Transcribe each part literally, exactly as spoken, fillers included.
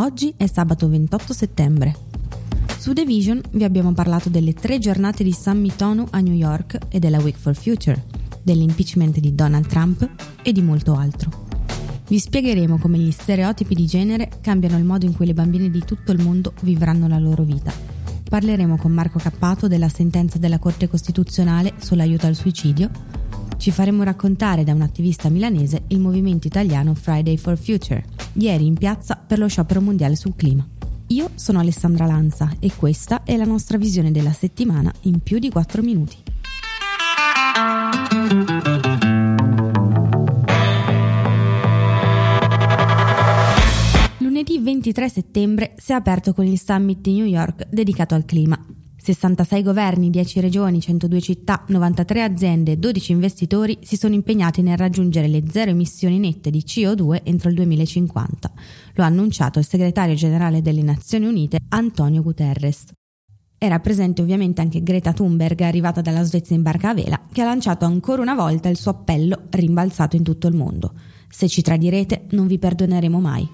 Oggi è sabato ventotto settembre. Su The Vision vi abbiamo parlato delle tre giornate di Summit ONU a New York e della Week for Future, dell'impeachment di Donald Trump e di molto altro. Vi spiegheremo come gli stereotipi di genere cambiano il modo in cui le bambine di tutto il mondo vivranno la loro vita. Parleremo con Marco Cappato della sentenza della Corte Costituzionale sull'aiuto al suicidio. Ci faremo raccontare da un attivista milanese il movimento italiano Friday for Future, ieri in piazza per lo sciopero mondiale sul clima. Io sono Alessandra Lanza e questa è la nostra visione della settimana in più di quattro minuti. Lunedì ventitré settembre si è aperto con il Summit di New York dedicato al clima. sessantasei governi, dieci regioni, centodue città, novantatré aziende e dodici investitori si sono impegnati nel raggiungere le zero emissioni nette di C O due entro il duemilacinquanta. Lo ha annunciato il segretario generale delle Nazioni Unite Antonio Guterres. Era presente ovviamente anche Greta Thunberg, arrivata dalla Svezia in barca a vela, che ha lanciato ancora una volta il suo appello rimbalzato in tutto il mondo. Se ci tradirete, non vi perdoneremo mai.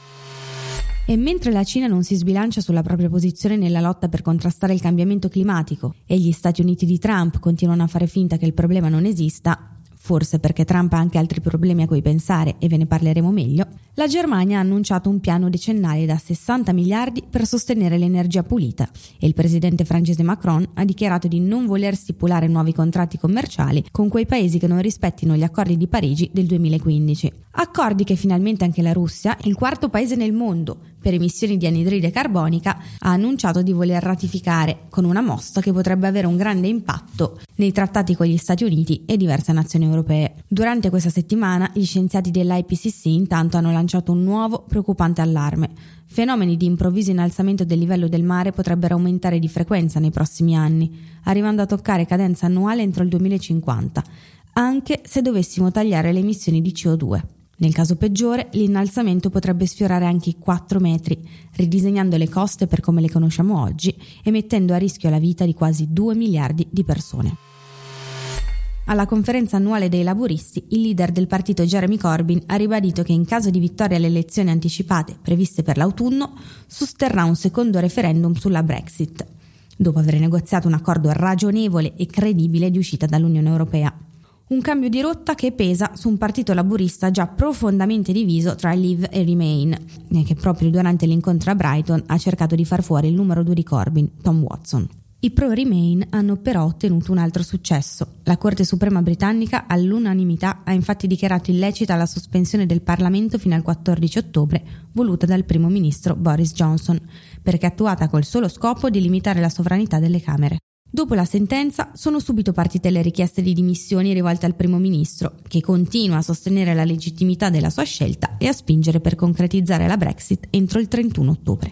E mentre la Cina non si sbilancia sulla propria posizione nella lotta per contrastare il cambiamento climatico e gli Stati Uniti di Trump continuano a fare finta che il problema non esista, forse perché Trump ha anche altri problemi a cui pensare e ve ne parleremo meglio, la Germania ha annunciato un piano decennale da sessanta miliardi per sostenere l'energia pulita e il presidente francese Macron ha dichiarato di non voler stipulare nuovi contratti commerciali con quei paesi che non rispettino gli accordi di Parigi del duemilaquindici. Accordi che finalmente anche la Russia, il quarto paese nel mondo per emissioni di anidride carbonica, ha annunciato di voler ratificare con una mossa che potrebbe avere un grande impatto nei trattati con gli Stati Uniti e diverse nazioni europee. Durante questa settimana gli scienziati dell'I P C C intanto hanno lanciato un nuovo preoccupante allarme. Fenomeni di improvviso innalzamento del livello del mare potrebbero aumentare di frequenza nei prossimi anni, arrivando a toccare cadenza annuale entro il duemilacinquanta, anche se dovessimo tagliare le emissioni di C O due. Nel caso peggiore, l'innalzamento potrebbe sfiorare anche i quattro metri, ridisegnando le coste per come le conosciamo oggi e mettendo a rischio la vita di quasi due miliardi di persone. Alla conferenza annuale dei laburisti, il leader del partito Jeremy Corbyn ha ribadito che in caso di vittoria alle elezioni anticipate previste per l'autunno, sosterrà un secondo referendum sulla Brexit, dopo aver negoziato un accordo ragionevole e credibile di uscita dall'Unione Europea. Un cambio di rotta che pesa su un partito laburista già profondamente diviso tra Leave e Remain, che proprio durante l'incontro a Brighton ha cercato di far fuori il numero due di Corbyn, Tom Watson. I pro-Remain hanno però ottenuto un altro successo. La Corte Suprema britannica all'unanimità ha infatti dichiarato illecita la sospensione del Parlamento fino al quattordici ottobre, voluta dal primo ministro Boris Johnson, perché attuata col solo scopo di limitare la sovranità delle Camere. Dopo la sentenza sono subito partite le richieste di dimissioni rivolte al primo ministro, che continua a sostenere la legittimità della sua scelta e a spingere per concretizzare la Brexit entro il trentuno ottobre.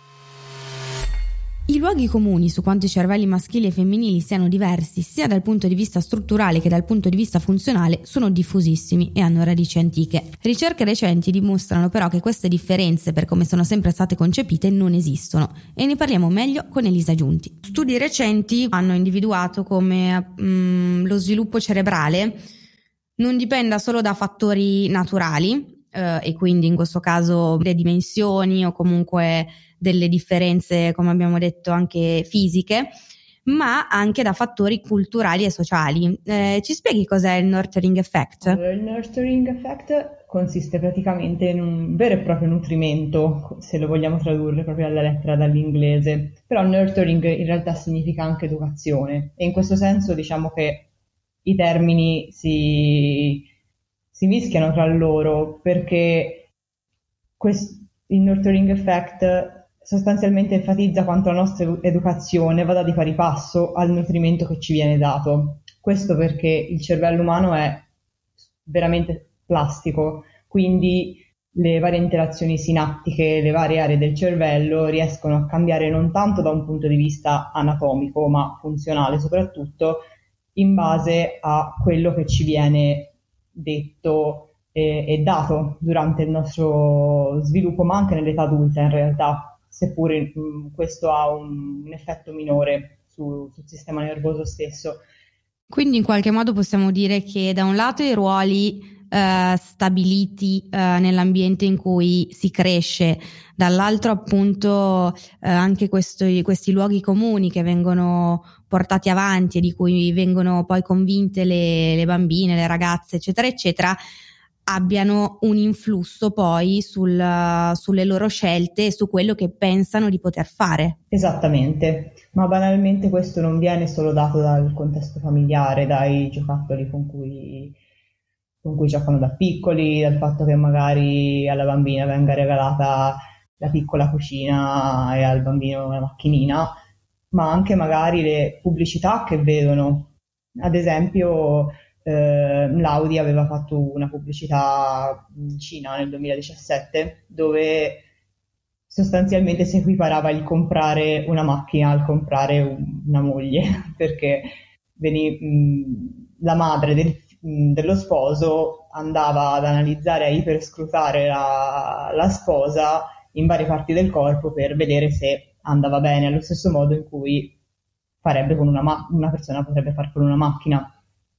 I luoghi comuni su quanto i cervelli maschili e femminili siano diversi sia dal punto di vista strutturale che dal punto di vista funzionale sono diffusissimi e hanno radici antiche. Ricerche recenti dimostrano però che queste differenze, per come sono sempre state concepite, non esistono e ne parliamo meglio con Elisa Giunti. Studi recenti hanno individuato come um, lo sviluppo cerebrale non dipenda solo da fattori naturali, Uh, e quindi in questo caso le dimensioni o comunque delle differenze, come abbiamo detto, anche fisiche, ma anche da fattori culturali e sociali. Eh, ci spieghi cos'è il nurturing effect? Allora, il nurturing effect consiste praticamente in un vero e proprio nutrimento, se lo vogliamo tradurre proprio alla lettera dall'inglese, però nurturing in realtà significa anche educazione e in questo senso diciamo che i termini si... si mischiano tra loro perché questo, il nurturing effect sostanzialmente enfatizza quanto la nostra educazione vada di pari passo al nutrimento che ci viene dato. Questo perché il cervello umano è veramente plastico, quindi le varie interazioni sinaptiche, le varie aree del cervello riescono a cambiare non tanto da un punto di vista anatomico, ma funzionale soprattutto, in base a quello che ci viene detto e, e dato durante il nostro sviluppo, ma anche nell'età adulta in realtà, seppure mh, questo ha un, un effetto minore su, sul sistema nervoso stesso. Quindi in qualche modo possiamo dire che da un lato i ruoli eh, stabiliti eh, nell'ambiente in cui si cresce, dall'altro appunto eh, anche questi, questi luoghi comuni che vengono portati avanti e di cui vengono poi convinte le, le bambine, le ragazze eccetera eccetera, abbiano un influsso poi sul, sulle loro scelte e su quello che pensano di poter fare. Esattamente, ma banalmente questo non viene solo dato dal contesto familiare, dai giocattoli con cui, con cui giocano da piccoli, dal fatto che magari alla bambina venga regalata la piccola cucina e al bambino una macchinina, ma anche magari le pubblicità che vedono. Ad esempio, eh, l'Audi aveva fatto una pubblicità in Cina nel duemiladiciassette dove sostanzialmente si equiparava il comprare una macchina al comprare un- una moglie, perché veni- mh, la madre del- mh, dello sposo andava ad analizzare, a iperscrutare la, la sposa in varie parti del corpo per vedere se andava bene, allo stesso modo in cui farebbe con una, ma- una persona potrebbe fare con una macchina.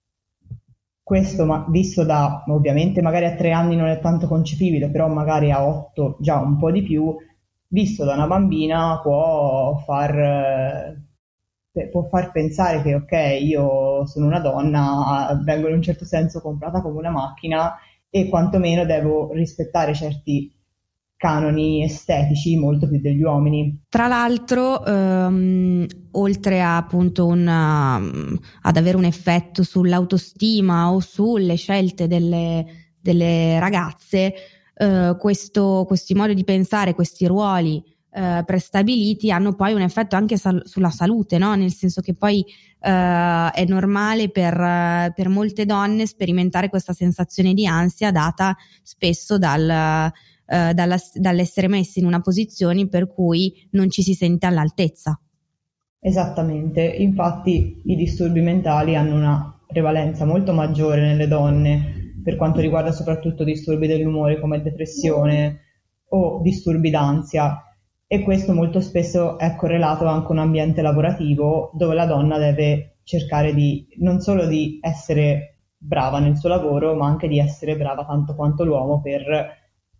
Questo, ma visto da, ovviamente magari a tre anni non è tanto concepibile, però magari a otto già un po' di più, visto da una bambina può far, eh, può far pensare che ok, io sono una donna, vengo in un certo senso comprata come una macchina e quantomeno devo rispettare certi canoni estetici molto più degli uomini. Tra l'altro, ehm, oltre a appunto una, ad avere un effetto sull'autostima o sulle scelte delle, delle ragazze, eh, questo, questi modi di pensare, questi ruoli eh, prestabiliti hanno poi un effetto anche sal- sulla salute, no? Nel senso che poi eh, è normale per, per molte donne sperimentare questa sensazione di ansia data spesso dal Uh, dalla, dall'essere messi in una posizione per cui non ci si sente all'altezza. Esattamente, infatti i disturbi mentali hanno una prevalenza molto maggiore nelle donne per quanto riguarda soprattutto disturbi dell'umore come depressione o disturbi d'ansia, e questo molto spesso è correlato anche a un ambiente lavorativo dove la donna deve cercare di non solo di essere brava nel suo lavoro, ma anche di essere brava tanto quanto l'uomo per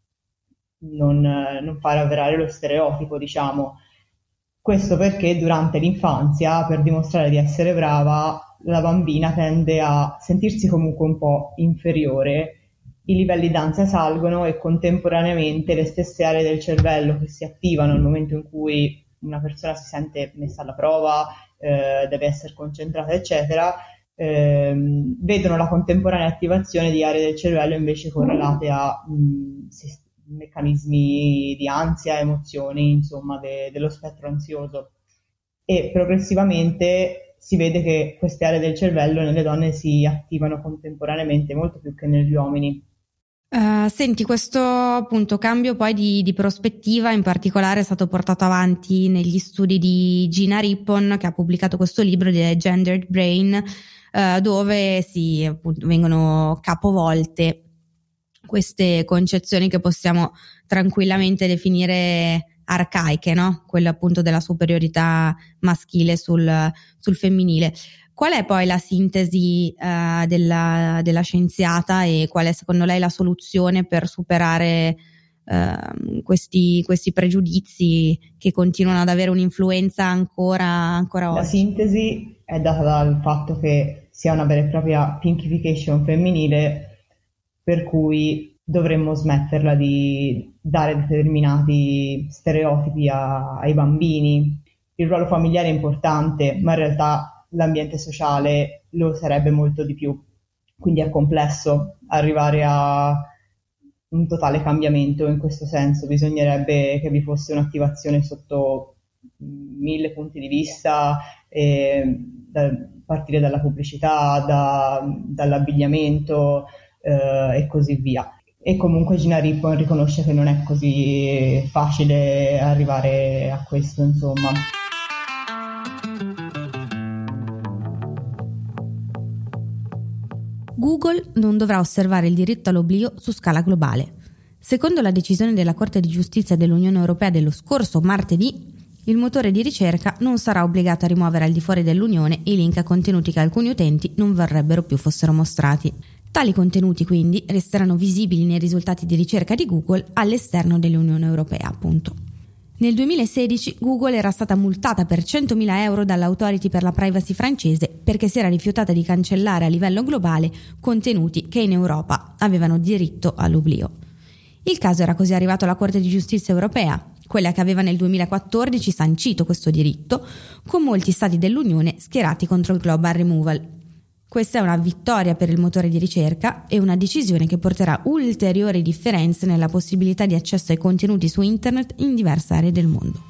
non, non far avverare lo stereotipo, diciamo. Questo perché durante l'infanzia, per dimostrare di essere brava, la bambina tende a sentirsi comunque un po' inferiore, i livelli d'ansia salgono e contemporaneamente le stesse aree del cervello che si attivano nel momento in cui una persona si sente messa alla prova, eh, deve essere concentrata, eccetera, ehm, vedono la contemporanea attivazione di aree del cervello invece correlate a mh, sistemi meccanismi di ansia, emozioni, insomma, de- dello spettro ansioso. E progressivamente si vede che queste aree del cervello nelle donne si attivano contemporaneamente molto più che negli uomini. Uh, senti, questo appunto cambio poi di, di prospettiva in particolare è stato portato avanti negli studi di Gina Rippon, che ha pubblicato questo libro di Gendered Brain, uh, dove si appunto vengono capovolte queste concezioni che possiamo tranquillamente definire arcaiche, no? Quella appunto della superiorità maschile sul, sul femminile. Qual è poi la sintesi uh, della, della scienziata e qual è secondo lei la soluzione per superare uh, questi, questi pregiudizi che continuano ad avere un'influenza ancora, ancora oggi? La sintesi è data dal fatto che sia una vera e propria pinkification femminile, per cui dovremmo smetterla di dare determinati stereotipi a, ai bambini. Il ruolo familiare è importante, ma in realtà l'ambiente sociale lo sarebbe molto di più. Quindi è complesso arrivare a un totale cambiamento in questo senso. Bisognerebbe che vi fosse un'attivazione sotto mille punti di vista, eh, da partire dalla pubblicità, da, dall'abbigliamento, eh, e così via. E comunque Gina Rippon riconosce che non è così facile arrivare a questo, insomma. Google non dovrà osservare il diritto all'oblio su scala globale. Secondo la decisione della Corte di Giustizia dell'Unione Europea dello scorso martedì, il motore di ricerca non sarà obbligato a rimuovere al di fuori dell'Unione i link contenuti che alcuni utenti non vorrebbero più fossero mostrati. Tali contenuti quindi resteranno visibili nei risultati di ricerca di Google all'esterno dell'Unione Europea, appunto. Nel duemilasedici Google era stata multata per centomila euro dall'Authority per la Privacy francese perché si era rifiutata di cancellare a livello globale contenuti che in Europa avevano diritto all'oblio. Il caso era così arrivato alla Corte di Giustizia Europea, quella che aveva nel duemilaquattordici sancito questo diritto, con molti stati dell'Unione schierati contro il global removal. Questa è una vittoria per il motore di ricerca e una decisione che porterà ulteriori differenze nella possibilità di accesso ai contenuti su internet in diverse aree del mondo.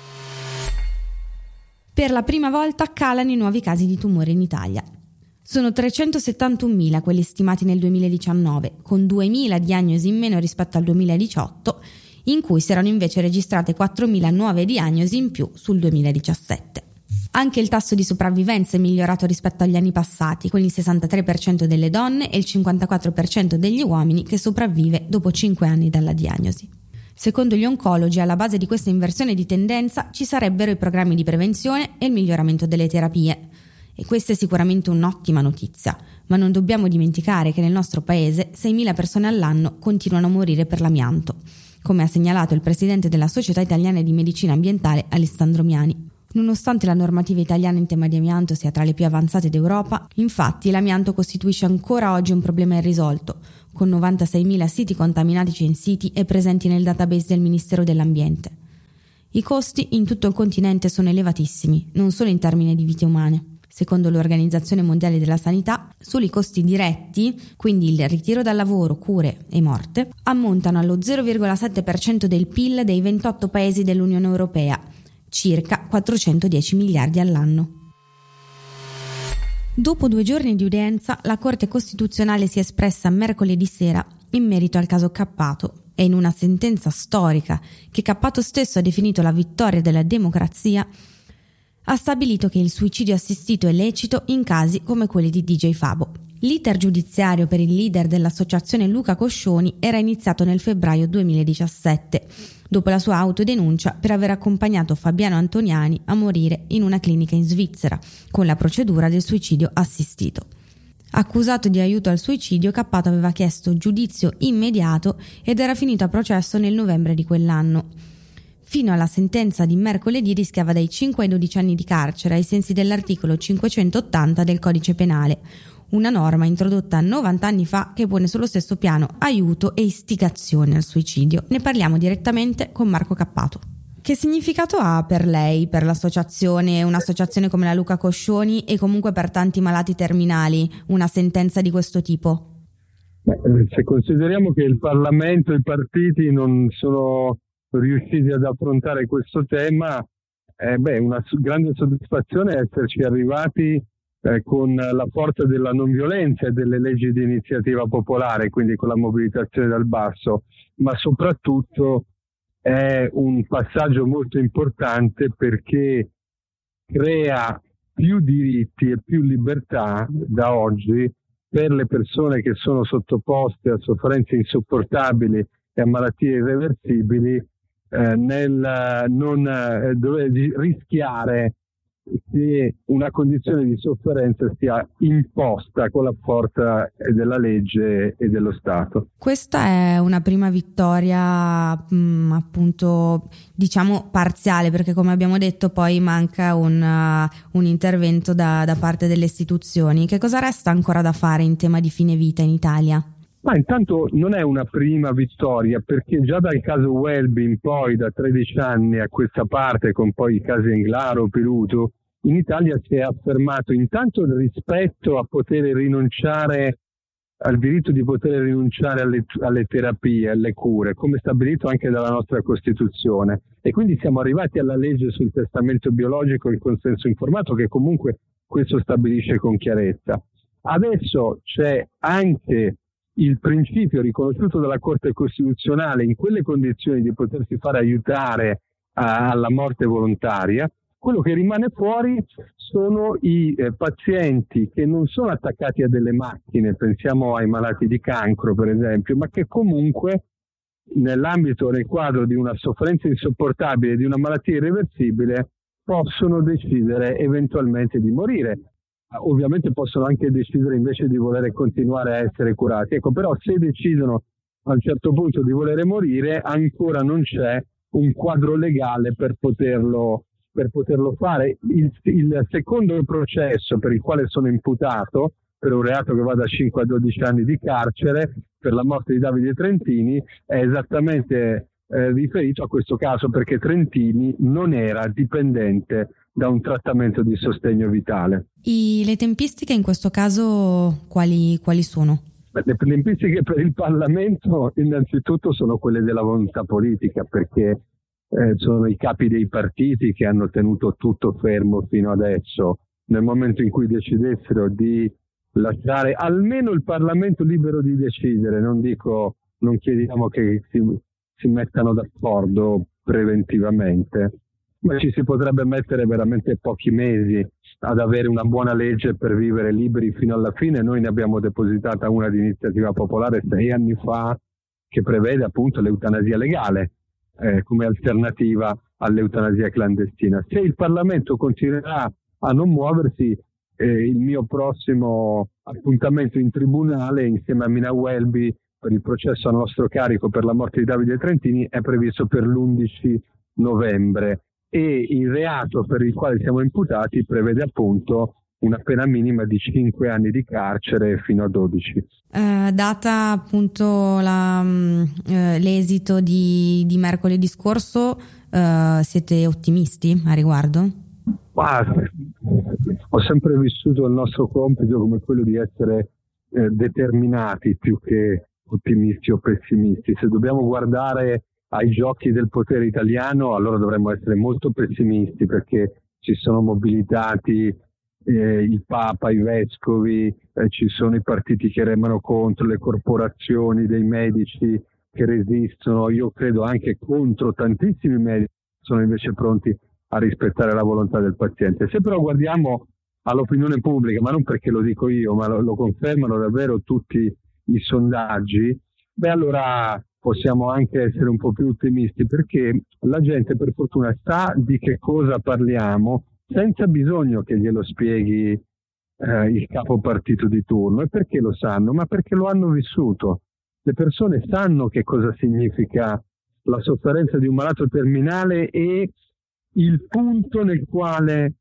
Per la prima volta calano i nuovi casi di tumore in Italia. Sono trecentosettantunomila quelli stimati nel duemiladiciannove, con duemila diagnosi in meno rispetto al duemiladiciotto, in cui si erano invece registrate quattromila nuove diagnosi in più sul duemiladiciassette. Anche il tasso di sopravvivenza è migliorato rispetto agli anni passati, con il sessantatré per cento delle donne e il cinquantaquattro per cento degli uomini che sopravvive dopo cinque anni dalla diagnosi. Secondo gli oncologi, alla base di questa inversione di tendenza ci sarebbero i programmi di prevenzione e il miglioramento delle terapie. E questa è sicuramente un'ottima notizia, ma non dobbiamo dimenticare che nel nostro paese seimila persone all'anno continuano a morire per l'amianto, come ha segnalato il presidente della Società Italiana di Medicina Ambientale Alessandro Miani. Nonostante la normativa italiana in tema di amianto sia tra le più avanzate d'Europa, infatti l'amianto costituisce ancora oggi un problema irrisolto, con novantaseimila siti contaminati censiti e presenti nel database del Ministero dell'Ambiente. I costi in tutto il continente sono elevatissimi, non solo in termini di vite umane. Secondo l'Organizzazione Mondiale della Sanità, solo i costi diretti, quindi il ritiro dal lavoro, cure e morte, ammontano allo zero virgola sette per cento del P I L dei ventotto paesi dell'Unione Europea, circa quattrocentodieci miliardi all'anno. Dopo due giorni di udienza, la Corte Costituzionale si è espressa mercoledì sera in merito al caso Cappato e in una sentenza storica che Cappato stesso ha definito la vittoria della democrazia, ha stabilito che il suicidio assistito è lecito in casi come quelli di D J Fabo. L'iter giudiziario per il leader dell'associazione Luca Coscioni era iniziato nel febbraio duemiladiciassette, dopo la sua autodenuncia per aver accompagnato Fabiano Antoniani a morire in una clinica in Svizzera, con la procedura del suicidio assistito. Accusato di aiuto al suicidio, Cappato aveva chiesto giudizio immediato ed era finito a processo nel novembre di quell'anno. Fino alla sentenza di mercoledì rischiava dai cinque ai dodici anni di carcere ai sensi dell'articolo cinquecentottanta del Codice Penale, una norma introdotta novanta anni fa che pone sullo stesso piano aiuto e istigazione al suicidio. Ne parliamo direttamente con Marco Cappato. Che significato ha per lei, per l'associazione, un'associazione come la Luca Coscioni e comunque per tanti malati terminali, una sentenza di questo tipo? Beh, se consideriamo che il Parlamento e i partiti non sono riusciti ad affrontare questo tema, eh, beh, una grande soddisfazione è esserci arrivati Eh, con la forza della non violenza e delle leggi di iniziativa popolare, quindi con la mobilitazione dal basso, ma soprattutto è un passaggio molto importante perché crea più diritti e più libertà da oggi per le persone che sono sottoposte a sofferenze insopportabili e a malattie irreversibili, eh, nel non eh, dover rischiare che una condizione di sofferenza sia imposta con la forza della legge e dello Stato. Questa è una prima vittoria mh, appunto diciamo parziale, perché come abbiamo detto poi manca un, uh, un intervento da, da parte delle istituzioni. Che cosa resta ancora da fare in tema di fine vita in Italia? Ma intanto non è una prima vittoria, perché già dal caso Welby in poi, da tredici anni a questa parte, con poi i casi Englaro, Peluto, in Italia si è affermato intanto il rispetto a poter rinunciare al diritto di poter rinunciare alle, alle terapie, alle cure, come stabilito anche dalla nostra Costituzione. E quindi siamo arrivati alla legge sul testamento biologico e il consenso informato, che comunque questo stabilisce con chiarezza. Adesso c'è anche il principio riconosciuto dalla Corte Costituzionale in quelle condizioni di potersi fare aiutare a, alla morte volontaria. Quello che rimane fuori sono i eh, pazienti che non sono attaccati a delle macchine, pensiamo ai malati di cancro per esempio, ma che comunque nell'ambito, nel quadro di una sofferenza insopportabile, di una malattia irreversibile, possono decidere eventualmente di morire. ovviamente possono anche decidere invece di volere continuare a essere curati. Ecco, però se decidono a un certo punto di volere morire, ancora non c'è un quadro legale per poterlo, per poterlo fare. Il, il secondo processo per il quale sono imputato, per un reato che va da cinque a dodici anni di carcere, per la morte di Davide Trentini, è esattamente eh, riferito a questo caso, perché Trentini non era dipendente da un trattamento di sostegno vitale. I, le tempistiche in questo caso quali, quali sono? Beh, le tempistiche per il Parlamento innanzitutto sono quelle della volontà politica, perché eh, sono i capi dei partiti che hanno tenuto tutto fermo fino adesso. Nel momento in cui decidessero di lasciare almeno il Parlamento libero di decidere, non dico, non chiediamo che si, si mettano d'accordo preventivamente, ma ci si potrebbe mettere veramente pochi mesi ad avere una buona legge per vivere liberi fino alla fine. Noi ne abbiamo depositata una di iniziativa popolare sei anni fa che prevede appunto l'eutanasia legale eh, come alternativa all'eutanasia clandestina. Se il Parlamento continuerà a non muoversi, eh, il mio prossimo appuntamento in tribunale insieme a Mina Welby per il processo a nostro carico per la morte di Davide Trentini è previsto per l'undici novembre. E il reato per il quale siamo imputati prevede appunto una pena minima di cinque anni di carcere fino a dodici. Eh, data appunto la, eh, l'esito di, di mercoledì scorso, eh, siete ottimisti a riguardo? Ah, ho sempre vissuto il nostro compito come quello di essere eh, determinati più che ottimisti o pessimisti. Se dobbiamo guardare ai giochi del potere italiano, allora dovremmo essere molto pessimisti, perché ci sono mobilitati eh, il Papa, i vescovi, eh, ci sono i partiti che remano contro, le corporazioni dei medici che resistono, io credo anche contro tantissimi medici sono invece pronti a rispettare la volontà del paziente. Se però guardiamo all'opinione pubblica, ma non perché lo dico io, ma lo, lo confermano davvero tutti i sondaggi, beh allora possiamo anche essere un po' più ottimisti, perché la gente per fortuna sa di che cosa parliamo senza bisogno che glielo spieghi eh, il capo partito di turno. E perché lo sanno? Ma perché lo hanno vissuto. Le persone sanno che cosa significa la sofferenza di un malato terminale e il punto nel quale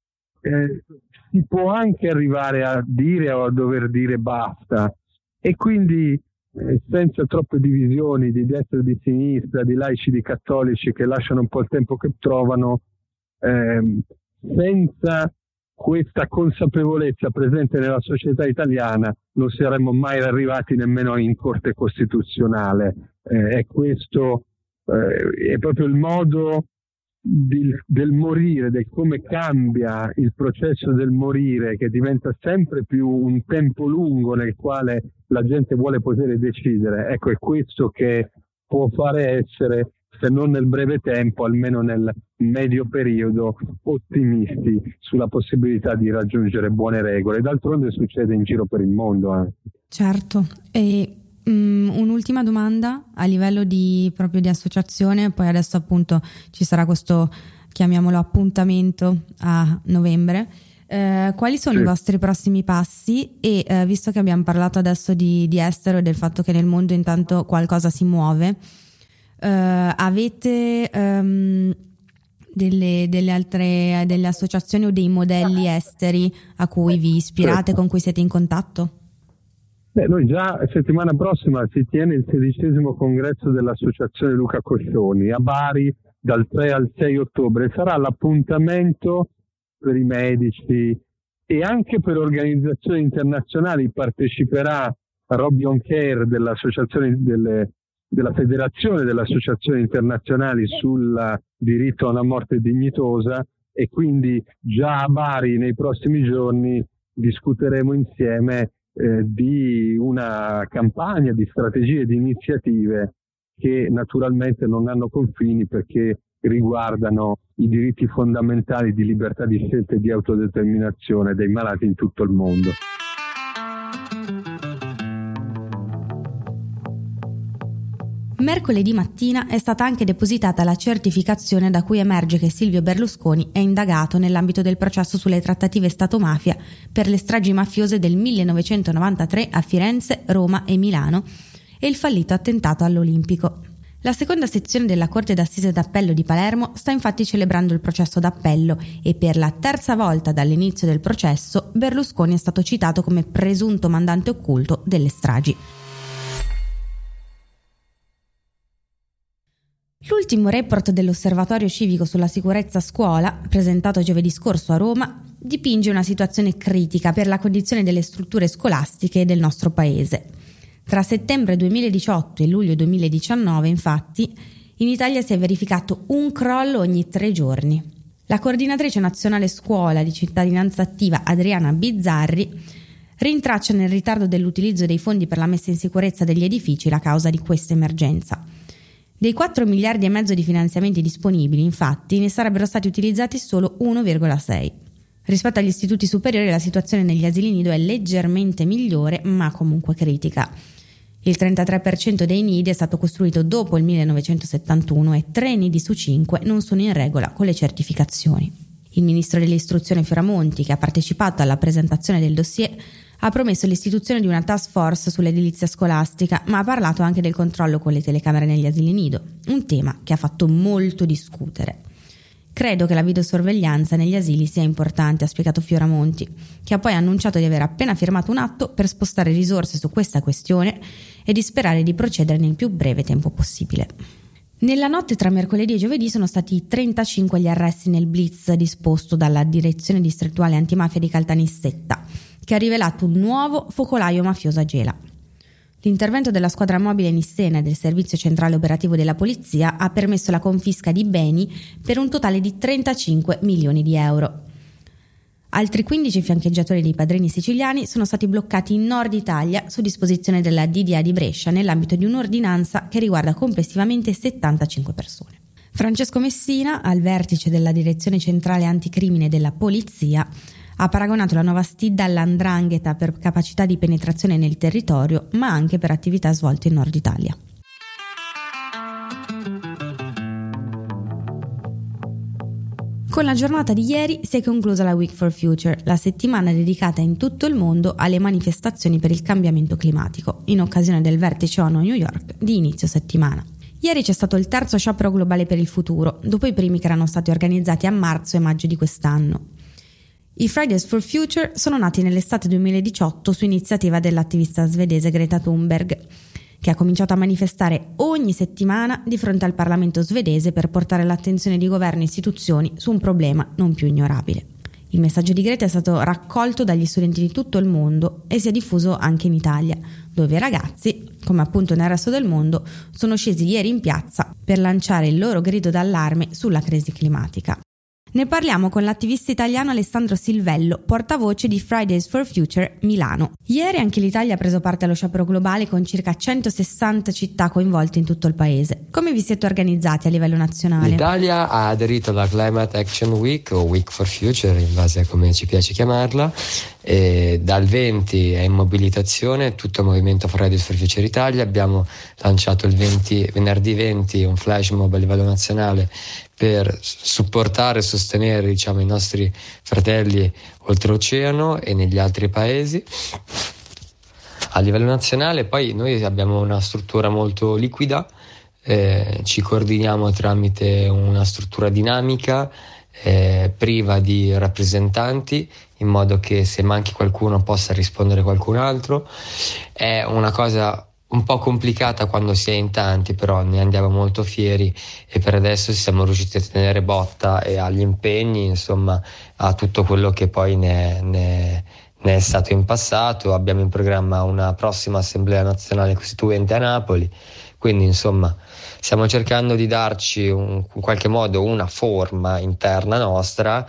eh, si può anche arrivare a dire o a dover dire basta. E quindi senza troppe divisioni di destra e di sinistra, di laici e di cattolici che lasciano un po' il tempo che trovano, ehm, senza questa consapevolezza presente nella società italiana non saremmo mai arrivati nemmeno in Corte Costituzionale. Eh, è questo eh, è proprio il modo di, del morire, del come cambia il processo del morire, che diventa sempre più un tempo lungo nel quale la gente vuole poter decidere. Ecco, è questo che può fare essere, se non nel breve tempo, almeno nel medio periodo, ottimisti sulla possibilità di raggiungere buone regole. D'altronde succede in giro per il mondo anche. Certo. E um, un'ultima domanda a livello di proprio di associazione, poi adesso appunto ci sarà questo, chiamiamolo, appuntamento a novembre. Eh, quali sono sì. i vostri prossimi passi? E eh, visto che abbiamo parlato adesso di, di estero e del fatto che nel mondo intanto qualcosa si muove, eh, avete um, delle, delle altre delle associazioni o dei modelli esteri a cui vi ispirate, con cui siete in contatto? Beh, noi già settimana prossima si tiene il sedicesimo congresso dell'associazione Luca Coscioni a Bari dal tre al sei ottobre. Sarà l'appuntamento per i medici e anche per organizzazioni internazionali. Parteciperà Robbie On Care dell'associazione delle, della Federazione delle Associazioni Internazionali sul diritto a una morte dignitosa, e quindi già a Bari nei prossimi giorni discuteremo insieme eh, di una campagna, di strategie, di iniziative che naturalmente non hanno confini, perché riguardano i diritti fondamentali di libertà di scelta e di autodeterminazione dei malati in tutto il mondo. Mercoledì mattina è stata anche depositata la certificazione da cui emerge che Silvio Berlusconi è indagato nell'ambito del processo sulle trattative Stato-mafia per le stragi mafiose del millenovecentonovantatré a Firenze, Roma e Milano e il fallito attentato all'Olimpico. La seconda sezione della Corte d'Assise d'Appello di Palermo sta infatti celebrando il processo d'appello e per la terza volta dall'inizio del processo Berlusconi è stato citato come presunto mandante occulto delle stragi. L'ultimo report dell'Osservatorio Civico sulla Sicurezza a Scuola, presentato giovedì scorso a Roma, dipinge una situazione critica per la condizione delle strutture scolastiche del nostro paese. Tra settembre duemiladiciotto e luglio duemiladiciannove, infatti, in Italia si è verificato un crollo ogni tre giorni. La coordinatrice nazionale scuola di Cittadinanza Attiva, Adriana Bizzarri, rintraccia nel ritardo dell'utilizzo dei fondi per la messa in sicurezza degli edifici la causa di questa emergenza. Dei quattro miliardi e mezzo di finanziamenti disponibili, infatti, ne sarebbero stati utilizzati solo uno virgola sei. Rispetto agli istituti superiori la situazione negli asili nido è leggermente migliore, ma comunque critica. Il trentatré per cento dei nidi è stato costruito dopo il millenovecentosettantuno e tre nidi su cinque non sono in regola con le certificazioni. Il ministro dell'istruzione Fioramonti, che ha partecipato alla presentazione del dossier, ha promesso l'istituzione di una task force sull'edilizia scolastica, ma ha parlato anche del controllo con le telecamere negli asili nido, un tema che ha fatto molto discutere. Credo che la videosorveglianza negli asili sia importante, ha spiegato Fioramonti, che ha poi annunciato di aver appena firmato un atto per spostare risorse su questa questione e di sperare di procedere nel più breve tempo possibile. Nella notte tra mercoledì e giovedì sono stati trentacinque gli arresti nel blitz disposto dalla Direzione Distrettuale Antimafia di Caltanissetta, che ha rivelato un nuovo focolaio mafioso a Gela. L'intervento della squadra mobile nissena e del Servizio Centrale Operativo della Polizia ha permesso la confisca di beni per un totale di trentacinque milioni di euro. Altri quindici fiancheggiatori dei padrini siciliani sono stati bloccati in Nord Italia su disposizione della D D A di Brescia nell'ambito di un'ordinanza che riguarda complessivamente settantacinque persone. Francesco Messina, al vertice della Direzione Centrale Anticrimine della Polizia, ha paragonato la nuova Stidda all''ndrangheta per capacità di penetrazione nel territorio, ma anche per attività svolte in Nord Italia. Con la giornata di ieri si è conclusa la Week for Future, la settimana dedicata in tutto il mondo alle manifestazioni per il cambiamento climatico, in occasione del vertice ONU a New York di inizio settimana. Ieri c'è stato il terzo sciopero globale per il futuro, dopo i primi che erano stati organizzati a marzo e maggio di quest'anno. I Fridays for Future sono nati nell'estate duemiladiciotto su iniziativa dell'attivista svedese Greta Thunberg, che ha cominciato a manifestare ogni settimana di fronte al Parlamento svedese per portare l'attenzione di governo e istituzioni su un problema non più ignorabile. Il messaggio di Greta è stato raccolto dagli studenti di tutto il mondo e si è diffuso anche in Italia, dove i ragazzi, come appunto nel resto del mondo, sono scesi ieri in piazza per lanciare il loro grido d'allarme sulla crisi climatica. Ne parliamo con l'attivista italiano Alessandro Silvello, portavoce di Fridays for Future Milano. Ieri anche l'Italia ha preso parte allo sciopero globale con circa centosessanta città coinvolte in tutto il paese. Come vi siete organizzati a livello nazionale? L'Italia ha aderito alla Climate Action Week o Week for Future, in base a come ci piace chiamarla. E dal venti è in mobilitazione tutto il movimento Fridays for Future Italia. Abbiamo lanciato il venti, venerdì venti un flash mob a livello nazionale per supportare e sostenere, diciamo, i nostri fratelli oltreoceano e negli altri paesi. A livello nazionale poi noi abbiamo una struttura molto liquida, eh, ci coordiniamo tramite una struttura dinamica eh, priva di rappresentanti, in modo che se manchi qualcuno possa rispondere qualcun altro. È una cosa un po' complicata quando si è in tanti, però ne andiamo molto fieri e per adesso siamo riusciti a tenere botta e agli impegni, insomma, a tutto quello che poi ne, ne, ne è stato in passato. Abbiamo in programma una prossima assemblea nazionale costituente a Napoli, quindi insomma stiamo cercando di darci un, in qualche modo una forma interna nostra,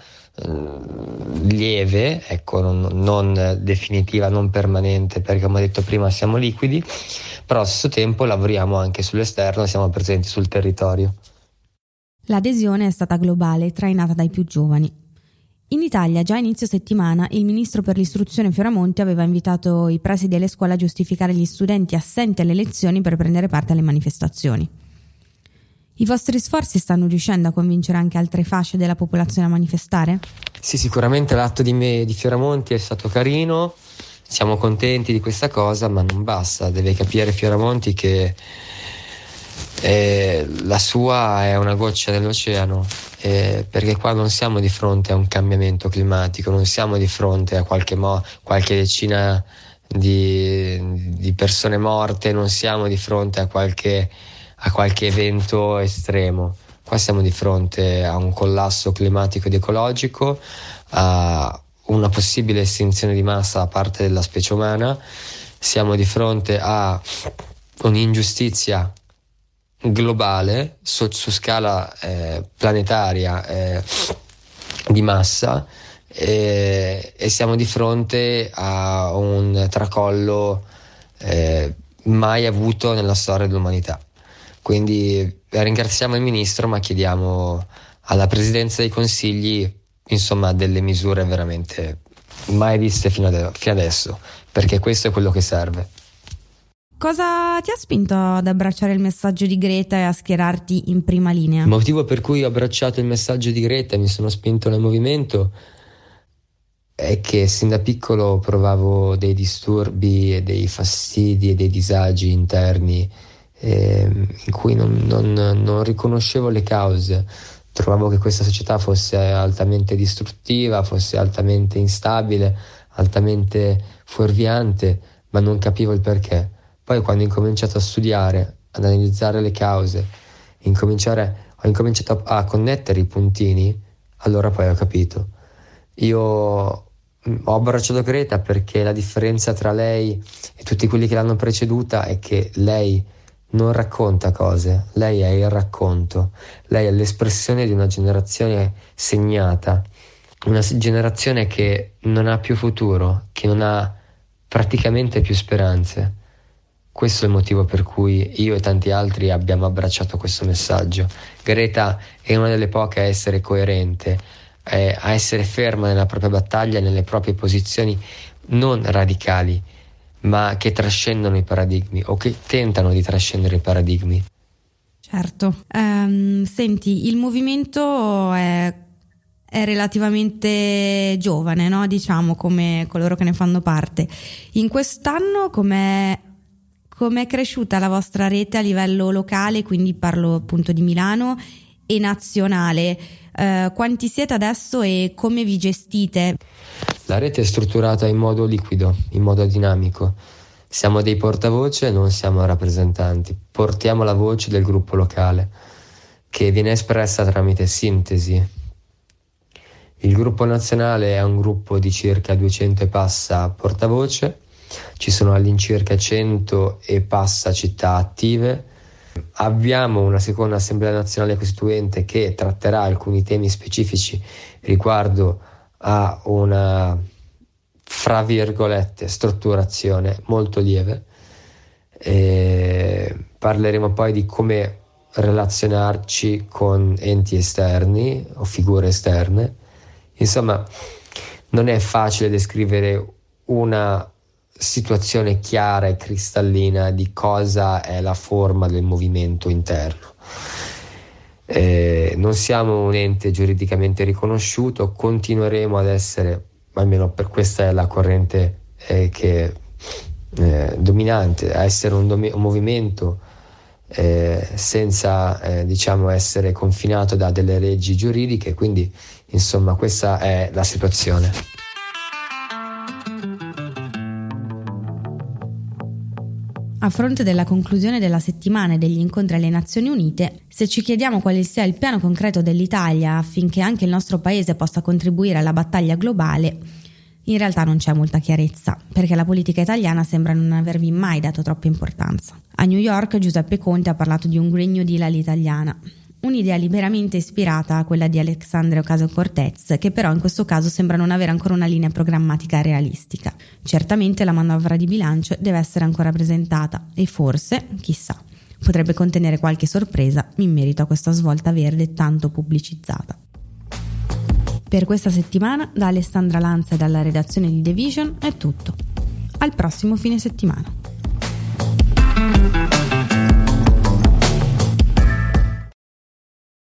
lieve, ecco, non, non definitiva, non permanente, perché come ho detto prima siamo liquidi, però allo stesso tempo lavoriamo anche sull'esterno, siamo presenti sul territorio. L'adesione è stata globale, trainata dai più giovani. In Italia, già a inizio settimana, il ministro per l'istruzione Fioramonti aveva invitato i presidi delle scuole a giustificare gli studenti assenti alle lezioni per prendere parte alle manifestazioni. I vostri sforzi stanno riuscendo a convincere anche altre fasce della popolazione a manifestare? Sì, sicuramente l'atto di, me, di Fioramonti è stato carino, siamo contenti di questa cosa, ma non basta. Deve capire Fioramonti che eh, la sua è una goccia nell'oceano, eh, perché qua non siamo di fronte a un cambiamento climatico, non siamo di fronte a qualche, mo- qualche decina di, di persone morte, non siamo di fronte a qualche, a qualche evento estremo. Qua siamo di fronte a un collasso climatico ed ecologico, a una possibile estinzione di massa da parte della specie umana, siamo di fronte a un'ingiustizia globale su, su scala eh, planetaria eh, di massa eh, e siamo di fronte a un tracollo eh, mai avuto nella storia dell'umanità. Quindi ringraziamo il ministro, ma chiediamo alla Presidenza dei Consigli insomma delle misure veramente mai viste fino, ad, fino adesso, perché questo è quello che serve. Cosa ti ha spinto ad abbracciare il messaggio di Greta e a schierarti in prima linea? Il motivo per cui ho abbracciato il messaggio di Greta e mi sono spinto nel movimento è che sin da piccolo provavo dei disturbi e dei fastidi e dei disagi interni eh, in cui non, non, non riconoscevo le cause. Trovavo che questa società fosse altamente distruttiva, fosse altamente instabile, altamente fuorviante, ma non capivo il perché. Poi quando ho incominciato a studiare, ad analizzare le cause, incominciare, ho incominciato a, a connettere i puntini, allora poi ho capito. Io ho abbracciato Greta perché la differenza tra lei e tutti quelli che l'hanno preceduta è che lei non racconta cose, lei è il racconto, lei è l'espressione di una generazione segnata, una generazione che non ha più futuro, che non ha praticamente più speranze. Questo è il motivo per cui io e tanti altri abbiamo abbracciato questo messaggio. Greta è una delle poche a essere coerente, eh, a essere ferma nella propria battaglia, nelle proprie posizioni non radicali, ma che trascendono i paradigmi o che tentano di trascendere i paradigmi. Certo. Um, senti, il movimento è, è relativamente giovane, no? Diciamo, come coloro che ne fanno parte. In quest'anno com'è Com'è cresciuta la vostra rete a livello locale, quindi parlo appunto di Milano, e nazionale? Eh, quanti siete adesso e come vi gestite? La rete è strutturata in modo liquido, in modo dinamico. Siamo dei portavoce, non siamo rappresentanti. Portiamo la voce del gruppo locale, che viene espressa tramite sintesi. Il gruppo nazionale è un gruppo di circa duecento e passa portavoce. Ci sono all'incirca cento e passa città attive. Abbiamo una seconda assemblea nazionale costituente che tratterà alcuni temi specifici riguardo a una, fra virgolette, strutturazione molto lieve. E parleremo poi di come relazionarci con enti esterni o figure esterne. Insomma, non è facile descrivere una situazione chiara e cristallina di cosa è la forma del movimento interno. Eh, non siamo un ente giuridicamente riconosciuto, continueremo ad essere, almeno per questa è la corrente eh, che eh, dominante, a essere un, domi- un movimento eh, senza eh, diciamo essere confinato da delle leggi giuridiche, quindi insomma questa è la situazione. A fronte della conclusione della settimana e degli incontri alle Nazioni Unite, se ci chiediamo quale sia il piano concreto dell'Italia affinché anche il nostro paese possa contribuire alla battaglia globale, in realtà non c'è molta chiarezza, perché la politica italiana sembra non avervi mai dato troppa importanza. A New York Giuseppe Conte ha parlato di un Green New Deal all'italiana, un'idea liberamente ispirata a quella di Alexandria Ocasio-Cortez, che però in questo caso sembra non avere ancora una linea programmatica realistica. Certamente la manovra di bilancio deve essere ancora presentata e forse, chissà, potrebbe contenere qualche sorpresa in merito a questa svolta verde tanto pubblicizzata. Per questa settimana, da Alessandra Lanza e dalla redazione di The Vision è tutto. Al prossimo fine settimana.